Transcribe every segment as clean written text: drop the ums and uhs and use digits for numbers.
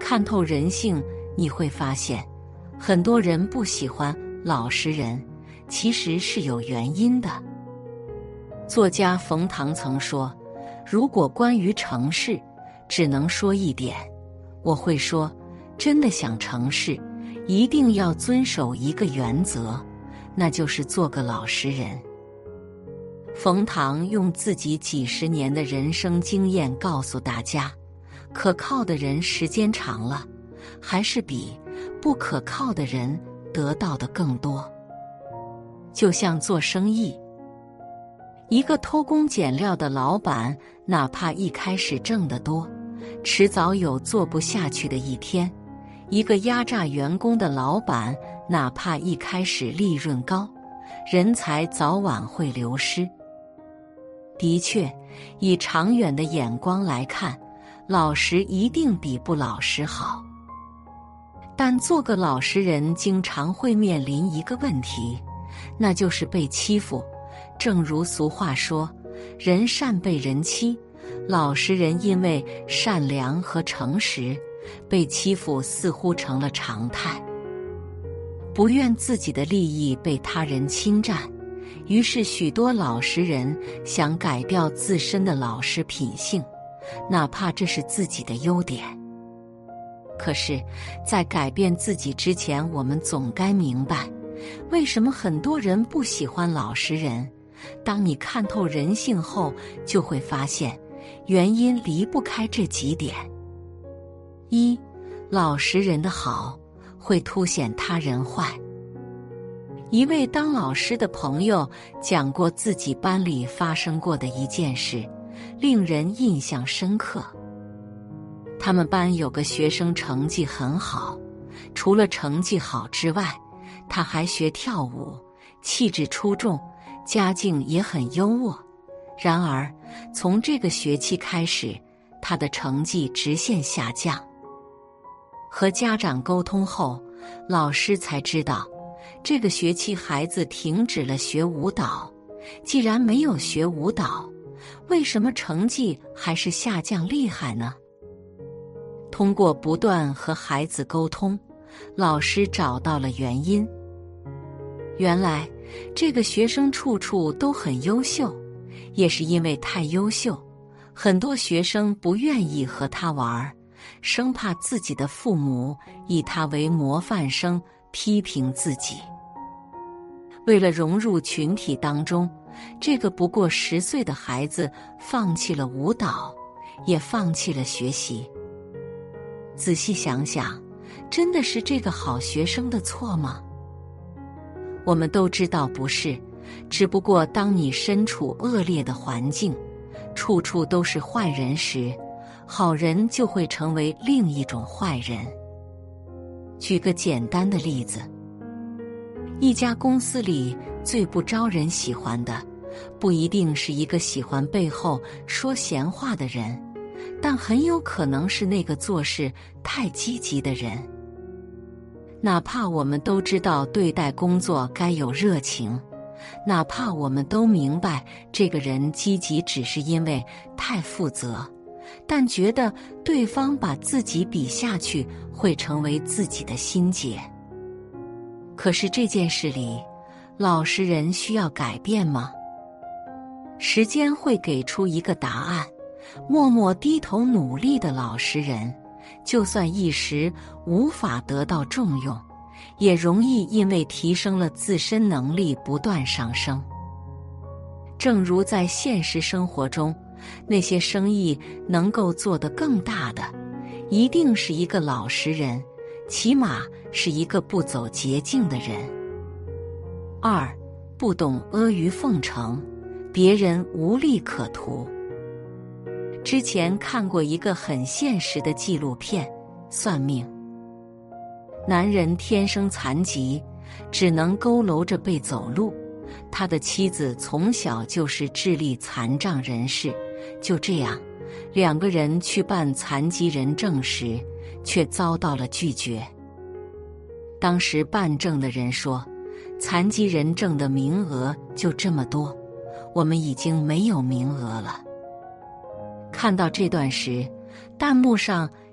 看透人性，你会发现，很多人不喜欢老实人，其实是有原因的。作家冯唐曾说，如果关于成事只能说一点，我会说，真的想成事，一定要遵守一个原则，那就是做个老实人。冯唐用自己几十年的人生经验告诉大家，可靠的人时间长了，还是比不可靠的人得到的更多。就像做生意，一个偷工减料的老板，哪怕一开始挣得多，迟早有做不下去的一天；一个压榨员工的老板，哪怕一开始利润高，人才早晚会流失。的确，以长远的眼光来看，老实一定比不老实好。但做个老实人经常会面临一个问题，那就是被欺负。正如俗话说，人善被人欺，老实人因为善良和诚实，被欺负似乎成了常态。不愿自己的利益被他人侵占，于是许多老实人想改掉自身的老实品性，哪怕这是自己的优点。可是，在改变自己之前，我们总该明白，为什么很多人不喜欢老实人。当你看透人性后，就会发现，原因离不开这几点。一，老实人的好会凸显他人坏。一位当老师的朋友讲过自己班里发生过的一件事，令人印象深刻。他们班有个学生成绩很好，除了成绩好之外，他还学跳舞，气质出众，家境也很优渥。然而，从这个学期开始，他的成绩直线下降。和家长沟通后，老师才知道，这个学期孩子停止了学舞蹈。既然没有学舞蹈，为什么成绩还是下降厉害呢？通过不断和孩子沟通，老师找到了原因。原来，这个学生处处都很优秀，也是因为太优秀，很多学生不愿意和他玩，生怕自己的父母以他为模范生，批评自己。为了融入群体当中，这个不过10岁的孩子放弃了舞蹈，也放弃了学习。仔细想想，真的是这个好学生的错吗？我们都知道不是，只不过当你身处恶劣的环境，处处都是坏人时，好人就会成为另一种坏人。举个简单的例子，一家公司里最不招人喜欢的，不一定是一个喜欢背后说闲话的人，但很有可能是那个做事太积极的人。哪怕我们都知道对待工作该有热情，哪怕我们都明白这个人积极只是因为太负责，但觉得对方把自己比下去会成为自己的心结。可是这件事里，老实人需要改变吗？时间会给出一个答案。默默低头努力的老实人，就算一时无法得到重用，也容易因为提升了自身能力不断上升。正如在现实生活中，那些生意能够做得更大的，一定是一个老实人，起码是一个不走捷径的人。2，不懂阿谀奉承，别人无利可图。之前看过一个很现实的纪录片，算命。男人天生残疾，只能佝偻着背走路，他的妻子从小就是智力残障人士。就这样，2个人去办残疾人证时，却遭到了拒绝。当时办证的人说，残疾人证的名额就这么多，我们已经没有名额了。看到这段时，弹幕上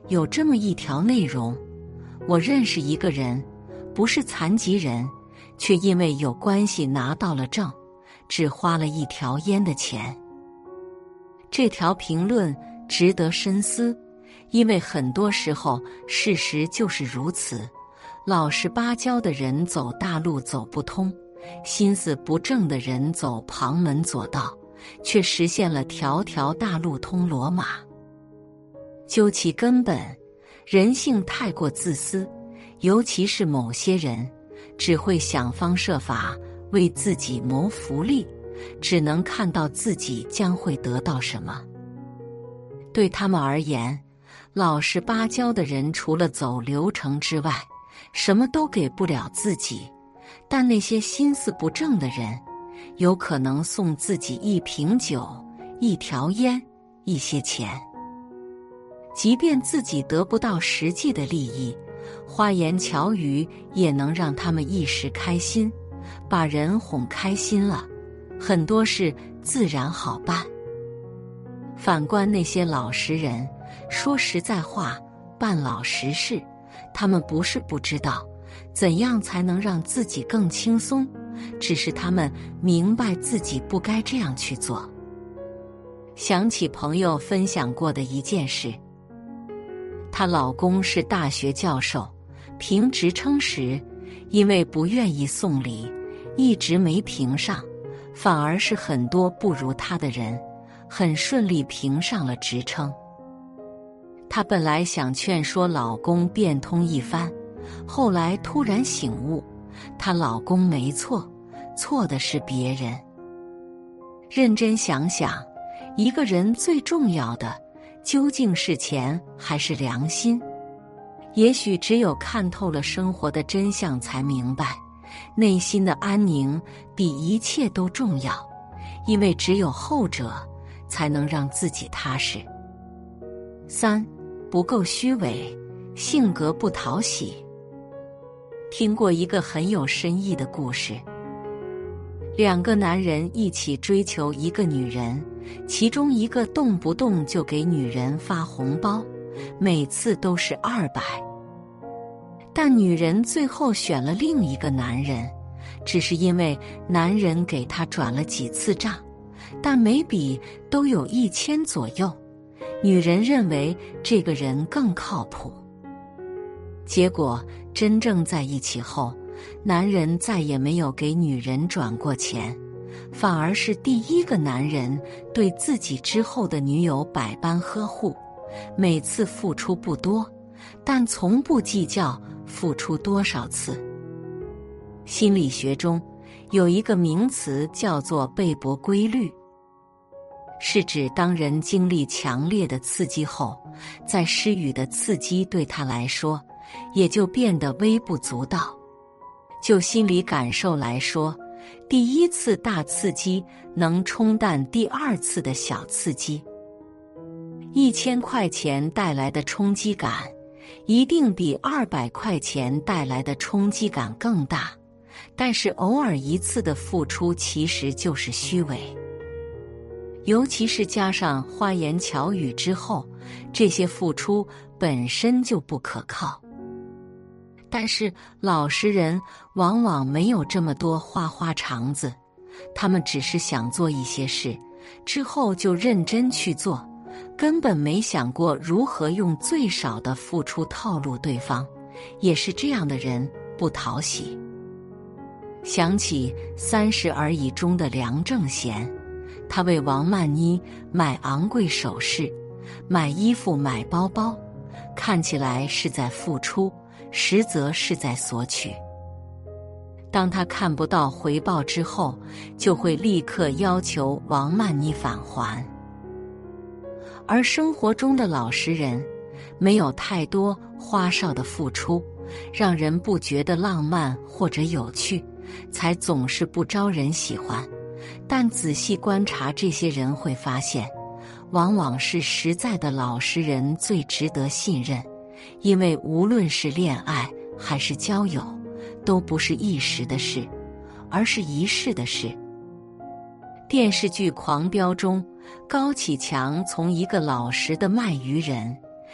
有这么一条内容：我认识一个人，不是残疾人，却因为有关系拿到了证，只花了一条烟的钱。这条评论值得深思，因为很多时候事实就是如此。老实巴交的人走大路走不通，心思不正的人走旁门左道，却实现了条条大路通罗马。究其根本，人性太过自私，尤其是某些人，只会想方设法为自己谋福利，只能看到自己将会得到什么。对他们而言，老实巴交的人除了走流程之外，什么都给不了自己，但那些心思不正的人，有可能送自己一瓶酒、一条烟、一些钱。即便自己得不到实际的利益，花言巧语也能让他们一时开心，把人哄开心了，很多事自然好办。反观那些老实人，说实在话，办老实事，他们不是不知道怎样才能让自己更轻松，只是他们明白自己不该这样去做。想起朋友分享过的一件事，她老公是大学教授，评职称时，因为不愿意送礼，一直没评上，反而是很多不如她的人很顺利评上了职称。她本来想劝说老公变通一番，后来突然醒悟，她老公没错，错的是别人。认真想想，一个人最重要的究竟是钱还是良心？也许只有看透了生活的真相，才明白内心的安宁比一切都重要，因为只有后者才能让自己踏实。3. 不够虚伪，性格不讨喜。听过一个很有深意的故事，两个男人一起追求一个女人，其中一个动不动就给女人发红包，每次都是200，但女人最后选了另一个男人，只是因为男人给她转了几次账，但每笔都有1000左右，女人认为这个人更靠谱。结果真正在一起后，男人再也没有给女人转过钱，反而是第一个男人对自己之后的女友百般呵护，每次付出不多，但从不计较付出多少次。心理学中有一个名词叫做贝博规律，是指当人经历强烈的刺激后，再施予的刺激对他来说也就变得微不足道。就心理感受来说，第一次大刺激能冲淡第二次的小刺激。1000块钱带来的冲击感，一定比200块钱带来的冲击感更大，但是偶尔一次的付出其实就是虚伪。尤其是加上花言巧语之后，这些付出本身就不可靠。但是老实人往往没有这么多花花肠子，他们只是想做一些事，之后就认真去做，根本没想过如何用最少的付出套路对方。也是这样的人不讨喜。想起30而已中的梁正贤，他为王曼妮买昂贵首饰，买衣服买包包，看起来是在付出，实则是在索取。当他看不到回报之后，就会立刻要求王曼妮返还。而生活中的老实人，没有太多花哨的付出，让人不觉得浪漫或者有趣，才总是不招人喜欢。但仔细观察这些人会发现，往往是实在的老实人最值得信任，因为无论是恋爱还是交友，都不是一时的事，而是一世的事。电视剧《狂飙》中，高启强从一个老实的卖鱼人，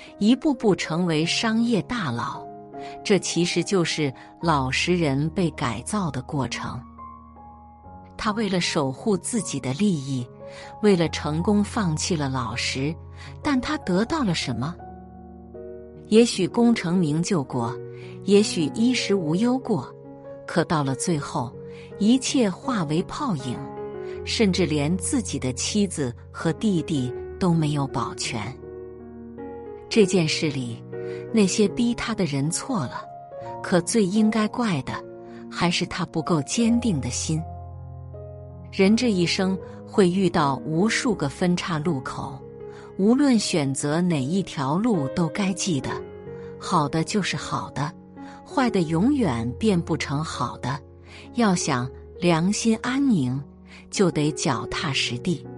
一步步成为商业大佬，这其实就是老实人被改造的过程。他为了守护自己的利益，为了成功放弃了老实，但他得到了什么？也许功成名就过，也许衣食无忧过，可到了最后，一切化为泡影，甚至连自己的妻子和弟弟都没有保全。这件事里，那些逼他的人错了，可最应该怪的，还是他不够坚定的心。人这一生会遇到无数个分岔路口，无论选择哪一条路，都该记得，好的就是好的，坏的永远变不成好的。要想良心安宁，就得脚踏实地。